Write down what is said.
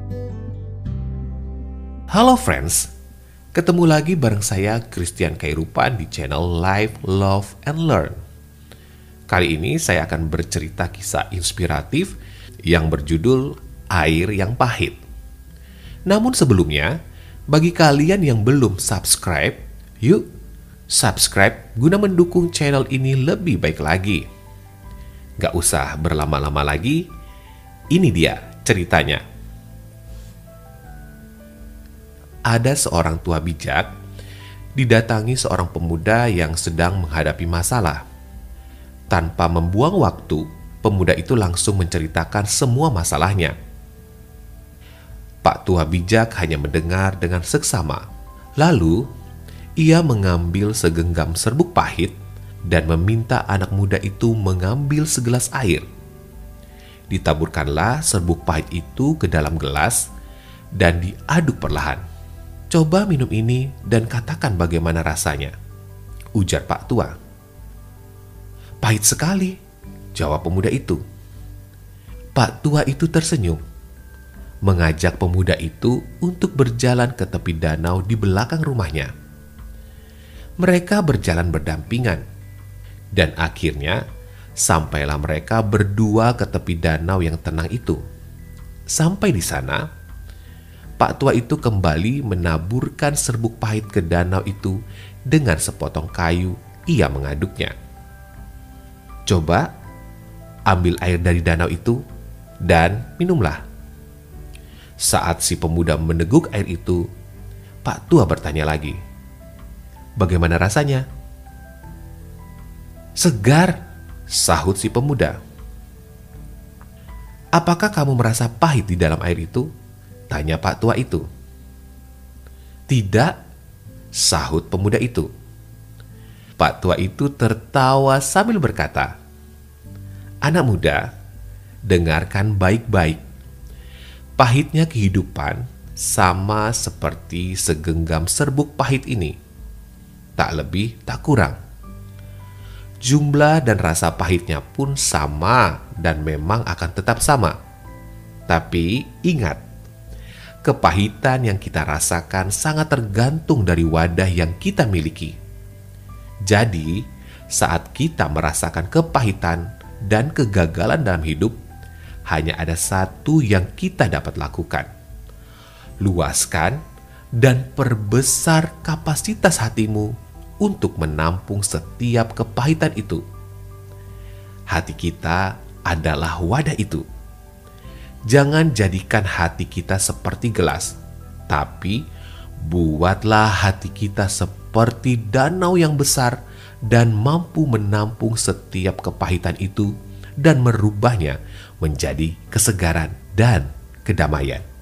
Halo friends, ketemu lagi bareng saya Christian Khairupan di channel Live, Love, and Learn. Kali ini saya akan bercerita kisah inspiratif yang berjudul Air yang Pahit. Namun sebelumnya, bagi kalian yang belum subscribe, yuk subscribe guna mendukung channel ini lebih baik lagi. Gak usah berlama-lama lagi, ini dia ceritanya. Ada seorang tua bijak didatangi seorang pemuda yang sedang menghadapi masalah. Tanpa membuang waktu, pemuda itu langsung menceritakan semua masalahnya. Pak tua bijak hanya mendengar dengan seksama. Lalu, ia mengambil segenggam serbuk pahit dan meminta anak muda itu mengambil segelas air. Ditaburkanlah serbuk pahit itu ke dalam gelas dan diaduk perlahan. "Coba minum ini dan katakan bagaimana rasanya," ujar Pak tua. "Pahit sekali," jawab pemuda itu. Pak tua itu tersenyum, mengajak pemuda itu untuk berjalan ke tepi danau di belakang rumahnya. Mereka berjalan berdampingan, dan akhirnya sampailah mereka berdua ke tepi danau yang tenang itu. Sampai di sana, Pak tua itu kembali menaburkan serbuk pahit ke danau itu dengan sepotong kayu. Ia mengaduknya. "Coba ambil air dari danau itu dan minumlah." Saat si pemuda meneguk air itu, Pak tua bertanya lagi, "Bagaimana rasanya?" "Segar," sahut si pemuda. "Apakah kamu merasa pahit di dalam air itu?" tanya Pak tua itu. "Tidak," sahut pemuda itu. Pak tua itu tertawa sambil berkata, "Anak muda, dengarkan baik-baik. Pahitnya kehidupan sama seperti segenggam serbuk pahit ini. Tak lebih, tak kurang. Jumlah dan rasa pahitnya pun sama dan memang akan tetap sama. Tapi ingat, kepahitan yang kita rasakan sangat tergantung dari wadah yang kita miliki. Jadi, saat kita merasakan kepahitan dan kegagalan dalam hidup, hanya ada satu yang kita dapat lakukan. Luaskan dan perbesar kapasitas hatimu untuk menampung setiap kepahitan itu. Hati kita adalah wadah itu. Jangan jadikan hati kita seperti gelas, tapi buatlah hati kita seperti danau yang besar dan mampu menampung setiap kepahitan itu dan merubahnya menjadi kesegaran dan kedamaian."